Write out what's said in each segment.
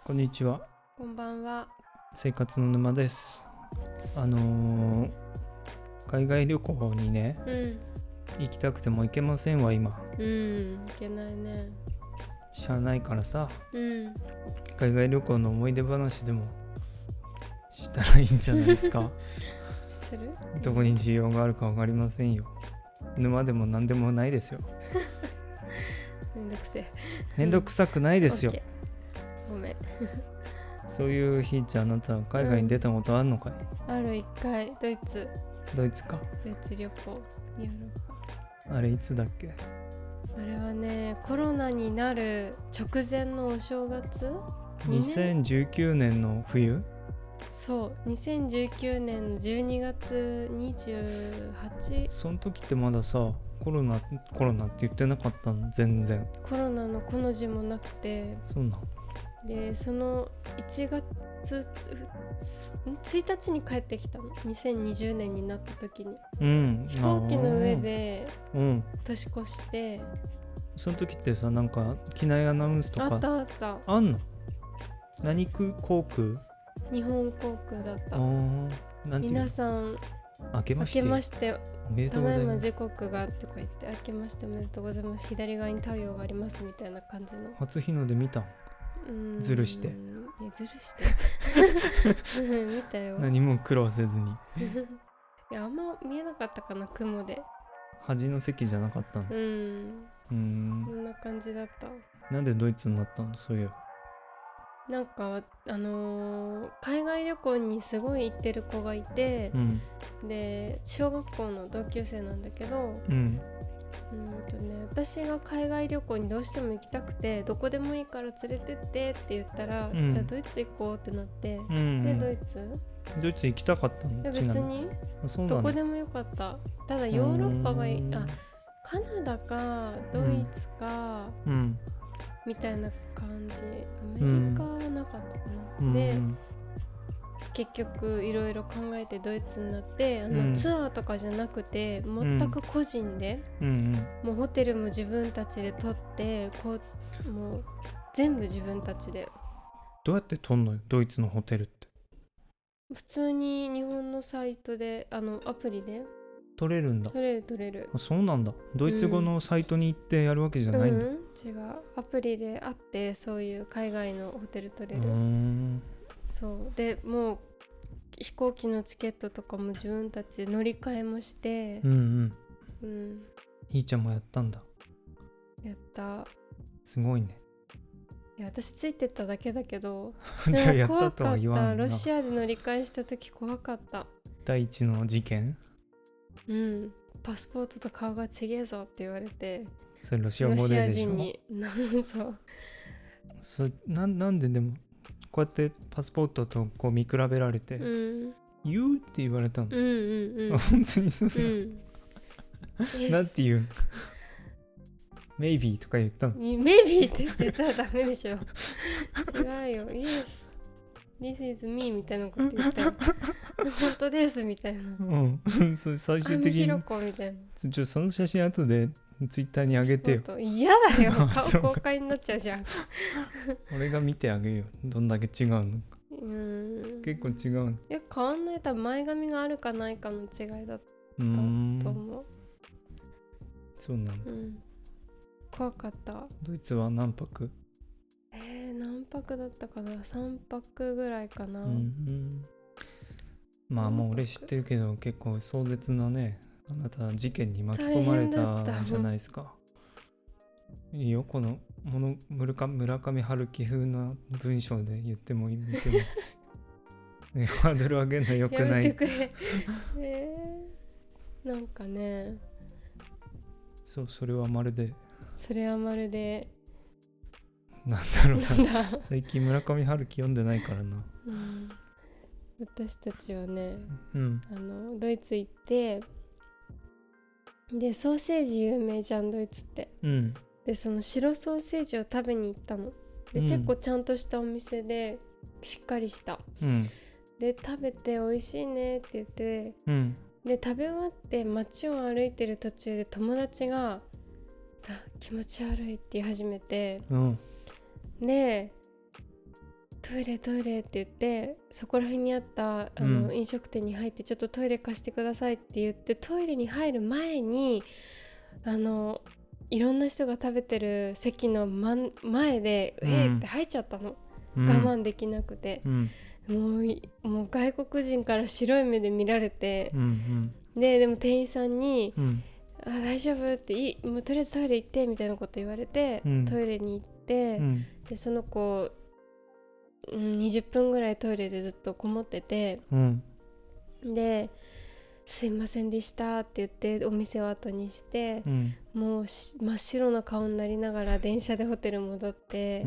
こんにちは。 こんばんは。 生活の沼です。海外旅行にね、行きたくても行けませんわ今。 いけないね。 しゃあないからさ、 うん。 海外旅行の思い出話でもしたらいいんじゃないですか。 する？ どこに需要があるか分かりませんよ。沼でも何でもないですよ。 めんどくせえ。 めんどくさくないですよ。 オッケーごめん。 そういう日じゃあなた海外に出たことあんのかい？ ある一回ドイツか。 旅行ヨーロッあれいつだっけ？ パ。あれはね、コロナになる直前のお正月 2019年の冬？ そう2019年の12月28。 その時ってまださ、コロナって言ってなかったの？全然。 コロナのこの字もなくて、 そうなん。 でその1月1日に帰ってきたの。2020年になった時に飛行機の上で年越して。 その時ってさ、なんか機内アナウンスとかあったあんの？何航空？ 日本航空だった。 なんていうの？ 皆さん明けましておめでとたうございます。 だいま時刻がとか言って、明けましておめでとうございます、左側に太陽がありますみたいな感じの。 初日の出見たん？ずるして。 ずるして見たよ。 何も苦労せずに。 いや、あんま見えなかったかな、雲で。 端の席じゃなかったの？ そんな感じだった。 なんでドイツになったの？そういえば。 なんか海外旅行にすごい行ってる子がいて、で小学校の同級生なんだけど、私が海外旅行にどうしても行きたくて、どこでもいいから連れてってって言ったら、じゃあドイツ行こうってなって、でドイツ行きたかったの？ 別にどこでもよかった。ただヨーロッパはカナダかドイツか、みたいな感じ。アメリカはなかったかな。で結局いろいろ考えてドイツになって、ツアーとかじゃなくて全く個人で、もうホテルも自分たちで取って、もう全部自分たちで。 どうやって取んのよ、ドイツのホテルって？ 普通に日本のサイトでアプリで取れるんだ。 取れる。 あ、そうなんだ。ドイツ語のサイトに行ってやるわけじゃないんだ。 違う、アプリであって、そういう海外のホテル取れる。そうで、もう飛行機のチケットとかも自分たちで乗り換えもして。 ひーちゃんもやったんだ。 やった。 すごいね。 いや、私ついてっただけだけどじゃあやったとは言わんな。 ロシアで乗り換えした時怖かった。 第一の事件？ パスポートと顔がちげえぞって言われて。 それロシア語ででしょ？ ロシア人にそうなんででもこうやってパスポートとこう見比べられて、言うって言われたの？本当にそうだ。なんて言う？メイビーとか言ったの？ メイビーって言ったらダメでしょ。違うよ。Yes This is me みたいなこと言ったよ。本当ですみたいな。 そう最終的にひろこみたいな。 その写真後でツイッターに上げてよ。 嫌だよ。顔公開になっちゃうじゃん。 俺が見てあげるよ、どんだけ違うのか。結構違うの？ 変わんない。多分前髪があるかないかの違いだったと思う。 そうなんだ。 怖かった。 ドイツは何泊？ 何泊だったかな。3泊ぐらいかな。 まあもう俺知ってるけど、結構壮絶なね、あなた事件に巻き込まれたじゃないですか。いいよ、この村上春樹風な文章で言ってもいいみたいな。ハードル上げるのよくない。 やめてくれ。なんかね、 それはまるでなんだろうな。最近村上春樹読んでないからな。 私たちはね、ドイツ行って、でソーセージ有名じゃんドイツって。でその白ソーセージを食べに行ったの。で、結構ちゃんとしたお店でしっかりした、で食べて美味しいねって言って、で食べ終わって街を歩いてる途中で友達が気持ち悪いって言い始めて、でトイレって言って、そこら辺にあった飲食店に入って、ちょっとトイレ貸してくださいって言って、トイレに入る前にいろんな人が食べてる席の前でって入っちゃったの、我慢できなくて、もう外国人から白い目で見られて、でも店員さんに、大丈夫ってもうとりあえずトイレ行ってみたいなこと言われて、トイレに行って、でその子、20分ぐらいトイレでずっとこもってて、ですいませんでしたって言ってお店を後にして、もう真っ白な顔になりながら電車でホテル戻って、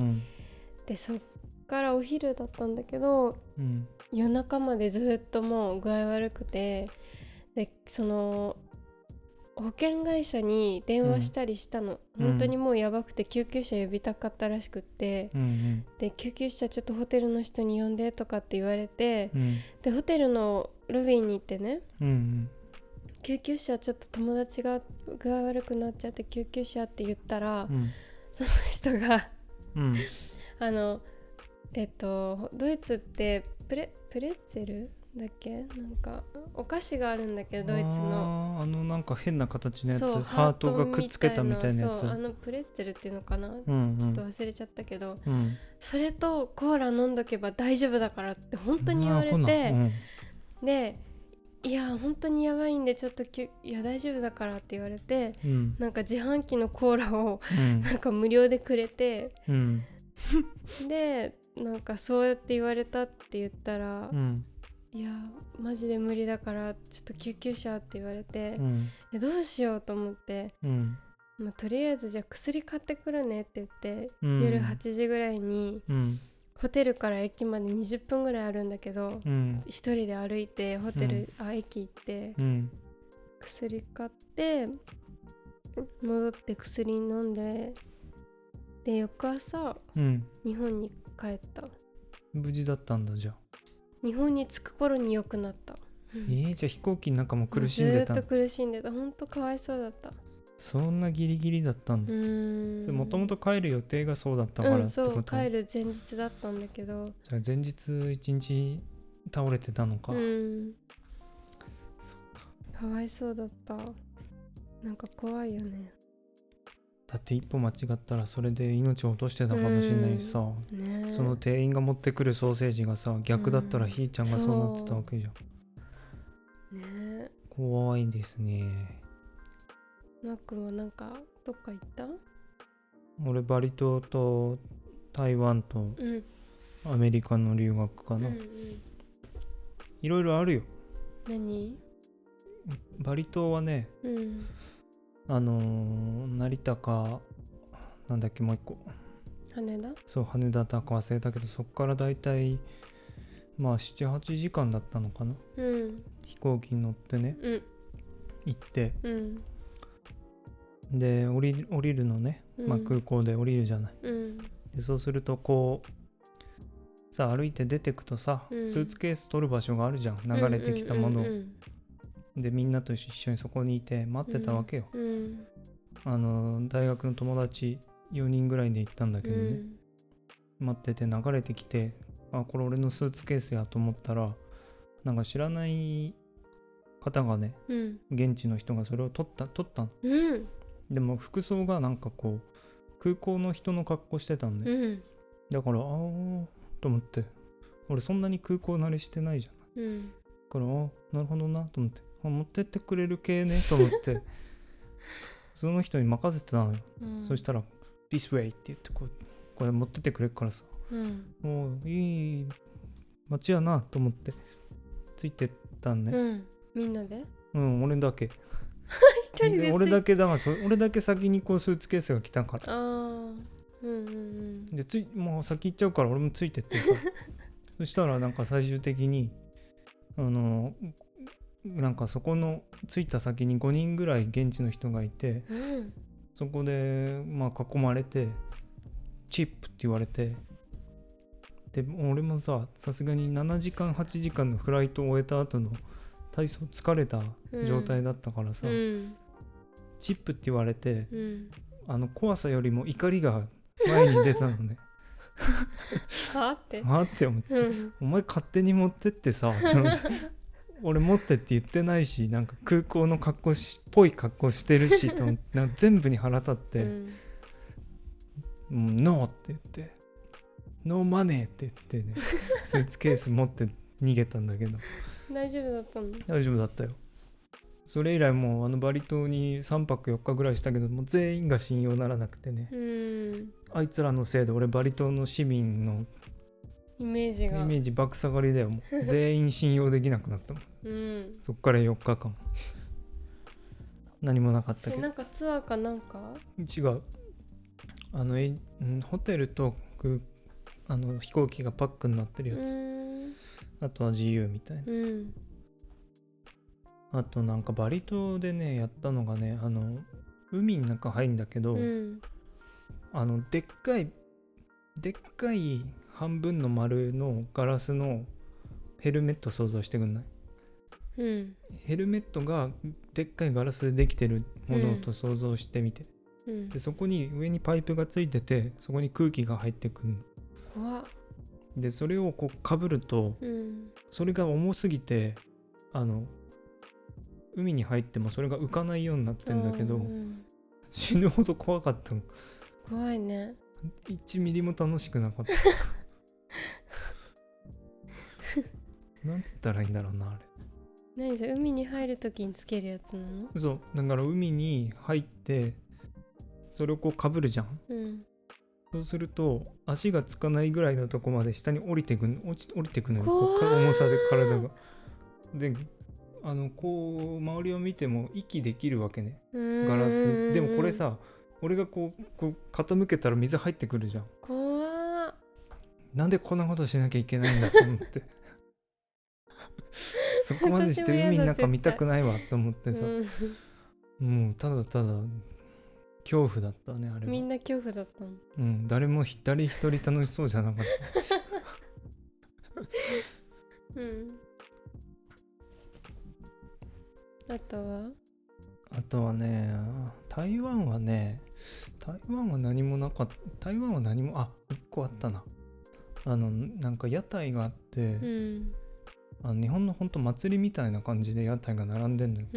でそっからお昼だったんだけど、夜中までずっともう具合悪くて、でその保険会社に電話したりしたの、本当にもうやばくて救急車呼びたかったらしくって、で救急車ちょっとホテルの人に呼んでとかって言われて、でホテルのロビーに行ってね、救急車ちょっと友達が具合悪くなっちゃって救急車って言ったら、その人がドイツってプレッツェルだっけ、なんかお菓子があるんだけど、ドイツのなんか変な形のやつ、ハートがくっつけたみたいなやつ、 プレッツェルっていうのかな、ちょっと忘れちゃったけど、それとコーラ飲んどけば大丈夫だからって本当に言われて、でいや本当にやばいんでちょっといや大丈夫だからって言われて、なんか自販機のコーラをなんか無料でくれて、でなんかそうやって言われたって言ったら、いやマジで無理だからちょっと救急車って言われて、どうしようと思って、とりあえずじゃあ薬買ってくるねって言って、夜8時ぐらいに、ホテルから駅まで20分ぐらいあるんだけど、一人で歩いてホテル、駅行って、薬買って戻って薬飲んで、で翌朝、日本に帰った。 無事だったんだ。じゃあ日本に着く頃に良くなった。 じゃあ飛行機なんかも苦しんでた。 ずっと苦しんでた。ほんとかわいそうだった。 そんなギリギリだったんだ。もともと帰る予定がそうだったからってこと、 そう帰る前日だったんだけど、 じゃあ前日一日倒れてたのか。そっか。かわいそうだった。なんか怖いよね。 だって一歩間違ったらそれで命を落としてたかもしれないしさ、その店員が持ってくるソーセージがさ逆だったらひーちゃんがそうなってたわけじゃん。怖いですね。 マックもなんかどっか行った？ 俺バリ島と台湾とアメリカの留学かな。いろいろあるよ。 何？ バリ島はね、成田かなんだっけもう一個羽田？そう羽田だか忘れたけど、そっからだいたいまあ 7,8 時間だったのかな、飛行機に乗ってね、行って、で降りるのね、空港で降りるじゃない、でそうするとこうさ歩いて出てくとさ、スーツケース取る場所があるじゃん、流れてきたものを、でみんなと一緒にそこにいて待ってたわけよ、大学の友達4人ぐらいで行ったんだけどね、待ってて流れてきて、これ俺のスーツケースやと思ったら、なんか知らない方がね、現地の人がそれを取ったの、でも服装がなんかこう空港の人の格好してたんで、だからと思って、俺そんなに空港慣れしてないじゃない、だからなるほどなと思って、持ってってくれる系ねと思ってその人に任せてたのよ、そしたら This way って言ってこれ持ってってくれるからさ、もういい街やなと思ってついてったんね、 みんなで？ 俺だけ一人で俺だけだから俺だけ先にこうスーツケースが来たから、でもう先行っちゃうから俺もついてってさそしたらなんか最終的になんかそこの着いた先に5人ぐらい現地の人がいて、そこで囲まれてチップって言われて、で俺もさすがに7時間8時間のフライトを終えた後の体操疲れた状態だったからさ、チップって言われて、怖さよりも怒りが前に出たのねはってはって思って、お前勝手に持ってってさ俺持ってって言ってないし、なんか空港の格好っぽい格好してるしと思って、なんか全部に腹立って、ノーって言って、ノーマネーって言ってねスーツケース持って逃げたんだけど大丈夫だったの？ 大丈夫だったよ。それ以来もうバリ島に3泊4日ぐらいしたけど、もう全員が信用ならなくてね、あいつらのせいで俺バリ島の市民のイメージ爆下がりだよ。もう全員信用できなくなったもん、そっから4日間何もなかったけど。 なんかツアーかなんか違う、ホテルと飛行機がパックになってるやつ、あとは自由みたいな、あとなんかバリ島でねやったのがね、海の中入るんだけど、でっかい半分の丸のガラスのヘルメット想像してくんない？ヘルメットがでっかいガラスでできてるものと想像してみて、でそこに上にパイプがついてて、そこに空気が入ってくるの。 怖っ。 でそれをこうかぶると、それが重すぎて海に入ってもそれが浮かないようになってんだけど、死ぬほど怖かったの。 怖いね。 1ミリも楽しくなかったなんつったらいいんだろうな、あれ。 何それ、海に入るときにつけるやつなの？ そうだから海に入ってそれをこうかぶるじゃん、そうすると足がつかないぐらいのとこまで下に降りてくのよ、重さで体が。でこう周りを見ても息できるわけね、ガラスでも。これさ、俺がこう傾けたら水入ってくるじゃん。 怖っ。 なんでこんなことしなきゃいけないんだと思ってそこまでして海の中見たくないわと思ってさ、もうただただ恐怖だったね、あれは。みんな恐怖だったの？ 誰一人楽しそうじゃなかったあとはね、台湾は何もなかった。台湾は何も、1個あったな。なんか屋台があって、日本のほんと祭りみたいな感じで屋台が並んでんのよ、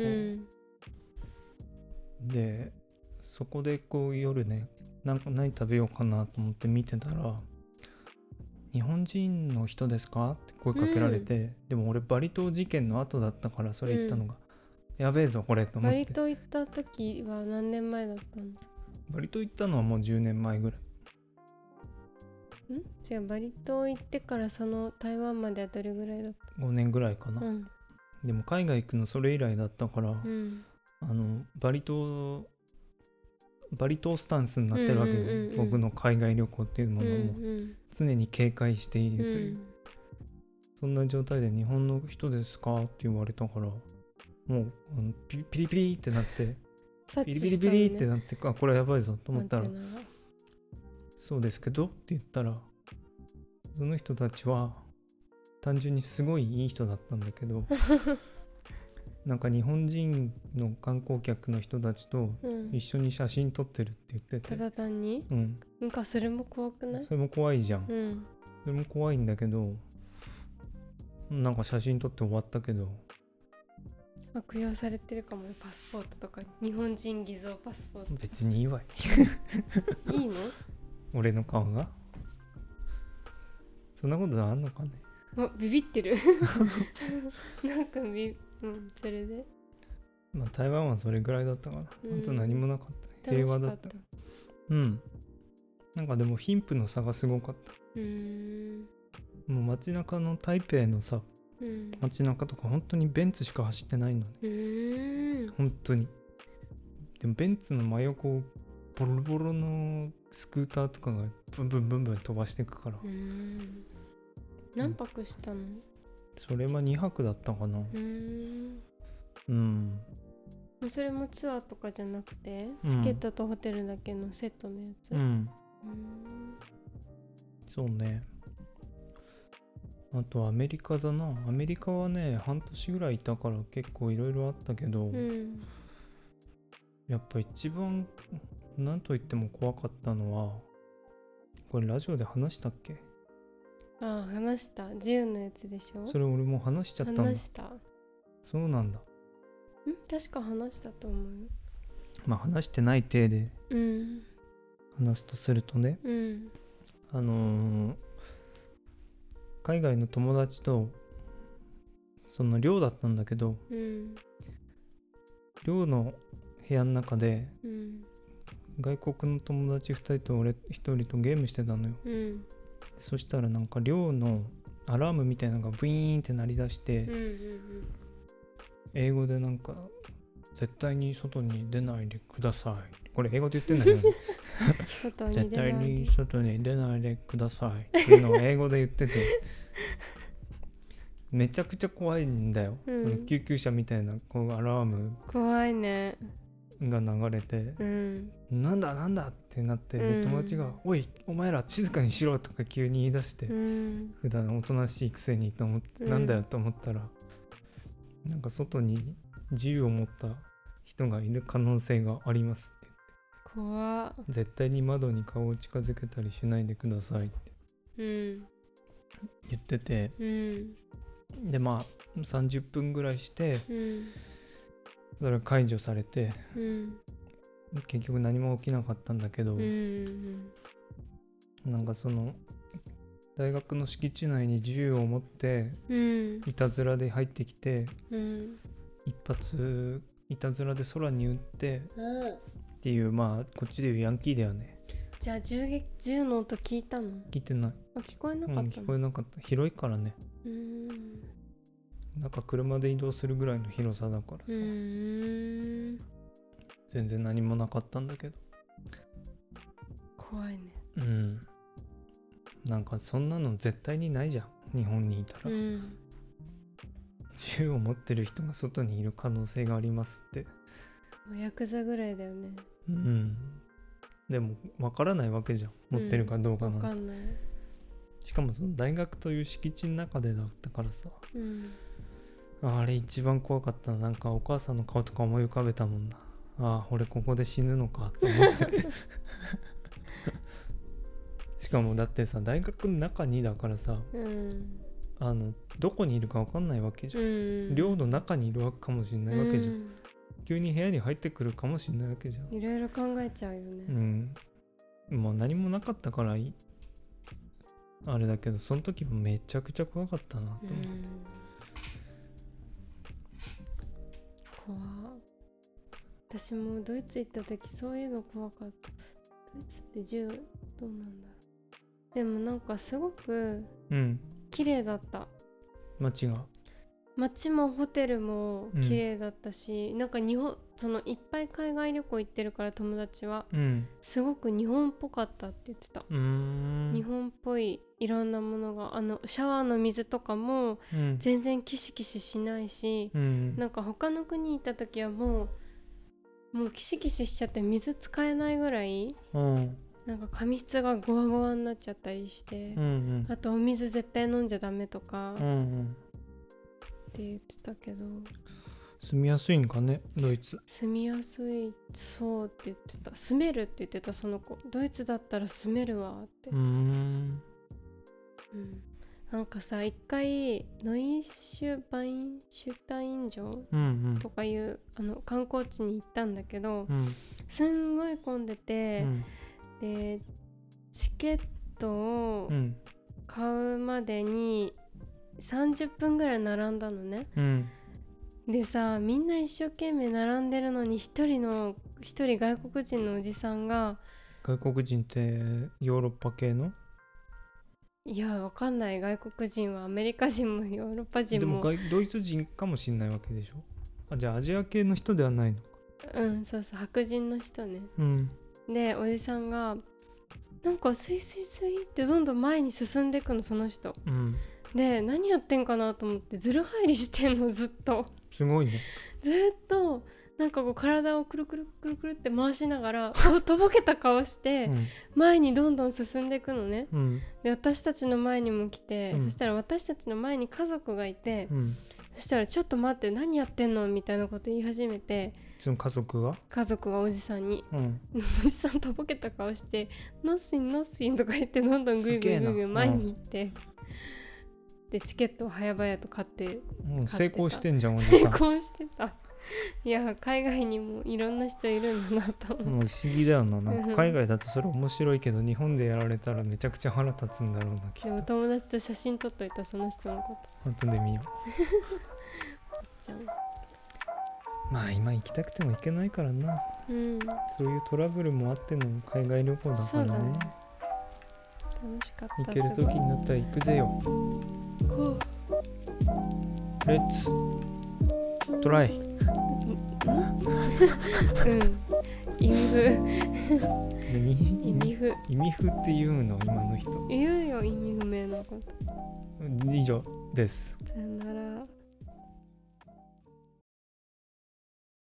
でそこでこう夜ね、何食べようかなと思って見てたら、日本人の人ですかって声かけられて、でも俺バリ島事件の後だったからそれ言ったのが、やべえぞこれと思って。 バリ島行った時は何年前だったの？ バリ島行ったのはもう10年前ぐらい。 違う、バリ島行ってからその台湾まではどれぐらいだった？ 5 年ぐらいかな、でも海外行くのそれ以来だったから、バリ島スタンスになってるわけよ、僕の海外旅行っていうものも常に警戒しているという、そんな状態で日本の人ですかって言われたから、もうピリピリってなってピリピリピリってなって、これやばいぞと思ったら、そうですけどって言ったら、その人たちは単純にすごいいい人だったんだけどなんか日本人の観光客の人たちと一緒に写真撮ってるって言ってて、 ただ単に？なんかそれも怖くない？ それも怖いじゃん、それも怖いんだけど、なんか写真撮って終わったけど、 悪用されてるかもよ、パスポートとか。日本人偽造パスポート。 別にいいわいいいの？ 俺の顔がそんなことあんのかね。 ビビってるなんかそれで台湾はそれぐらいだったかな、あと何もなかった、平和だった。なんかでも貧富の差がすごかった。もう街中の台北のさ、街中とか本当にベンツしか走ってないのね、本当に。でもベンツの真横をボロボロのスクーターとかがブンブンブンブン飛ばしていくから。 何泊したの？ それは2泊だったかな。 それもツアーとかじゃなくて、チケットとホテルだけのセットのやつ？ そうね。あとアメリカだな。アメリカはね、半年ぐらいいたから結構いろいろあったけど、やっぱ一番何と言っても怖かったのはこれラジオで話したっけ？ ああ、話した。10のやつでしょ。 それ俺もう話しちゃったんだ。 話した。 そうなんだ。 確か話したと思う。 まあ話してない体で話すとするとね、海外の友達とその寮だったんだけど、寮の部屋の中で、外国の友達2人と俺1人とゲームしてたのよ、そしたらなんか寮のアラームみたいなのがブイーンって鳴り出して、英語でなんか絶対に外に出ないでください、これ英語で言ってんだけど、ね、絶対に外に出ないでくださいっていうのを英語で言っててめちゃくちゃ怖いんだよ、その救急車みたいなこうアラーム怖いねが流れて、なんだなんだってなって、で友達がおいお前ら静かにしろとか急に言い出して、普段おとなしいくせにと思って、なんだよと思ったら、なんか外に銃を持った人がいる可能性がありますって言って、怖っ、 絶対に窓に顔を近づけたりしないでくださいって言ってて、でまあ30分ぐらいして、それ解除されて、結局何も起きなかったんだけど、なんかその大学の敷地内に銃を持って、いたずらで入ってきて、一発いたずらで空に撃って、っていう、まあこっちでいうヤンキーだよね。 じゃあ銃の音聞いたの？ 聞いてない。 聞こえなかったの？ 聞こえなかった。広いからね。なんか車で移動するぐらいの広さだからさ、全然何もなかったんだけど、 怖いね。 なんかそんなの絶対にないじゃん、日本にいたら、銃を持ってる人が外にいる可能性がありますって。 ヤクザぐらいだよね。 でも分からないわけじゃん、持ってるかどうかなんて。 分かんない。 しかもその大学という敷地の中でだったからさ、あれ一番怖かったな。なんかお母さんの顔とか思い浮かべたもんな。俺ここで死ぬのかって思ってしかもだってさ、大学の中にだからさ、どこにいるか分かんないわけじゃん、寮の中にいるわけかもしれないわけじゃん、急に部屋に入ってくるかもしれないわけじゃん。 いろいろ考えちゃうよね。 もう何もなかったからあれだけど、その時もめちゃくちゃ怖かったなと思って、 怖。私もドイツ行った時そういうの怖かった。ドイツって銃どうなんだろう。でもなんかすごく綺麗だった、街もホテルも綺麗だったし、なんかそのいっぱい海外旅行行ってるから友達は、すごく日本っぽかったって言ってた。日本っぽいいろんなものが、シャワーの水とかも全然キシキシしないし、なんか他の国行った時はもうキシキシしちゃって水使えないぐらい、なんか髪質がゴワゴワになっちゃったりして、あとお水絶対飲んじゃダメとか、って言ってたけど、 住みやすいんかね、ドイツ。 住みやすいそうって言ってた。住めるって言ってた、その子。ドイツだったら住めるわって。なんかさ、一回ノイシュバインシュタイン城とかいう観光地に行ったんだけど、すんごい混んでて、でチケットを買うまでに30分ぐらい並んだのね、でさ、みんな一生懸命並んでるのに一人外国人のおじさんが。 外国人ってヨーロッパ系の？ いや、わかんない。外国人はアメリカ人もヨーロッパ人も。 でもドイツ人かもしんないわけでしょ。じゃあアジア系の人ではないのか。 そうそう、白人の人ね。でおじさんがなんかスイスイスイってどんどん前に進んでいくの、その人、で何やってんかなと思って、ずる入りしてんの、ずっと。 すごいね。 ずっとなんかこう体をくるくるくるくるって回しながらとぼけた顔して前にどんどん進んでいくのね、で私たちの前にも来て、そしたら私たちの前に家族がいて、 そしたらちょっと待って何やってんのみたいなこと言い始めて、 その家族がおじさんに、おじさんとぼけた顔してノッシンノッシンとか言ってどんどんグイグイグイグイ前に行って、でチケットを早々と買って、 もう成功してんじゃんおじさん。 成功してた。いや海外にもいろんな人いるんだなと思う。 もう不思議だよな。なんか海外だとそれ面白いけど日本でやられたらめちゃくちゃ腹立つんだろうな。 でも友達と写真撮っといた、その人のこと。 後で見よう。まあ今行きたくても行けないからな、そういうトラブルもあっての海外旅行だからね。 楽しかった。 行ける時になったら行くぜよ。レッツトライ。 意味不意味不って言うの今の人。 言うよ意味不明なこと。 以上です。 さよなら。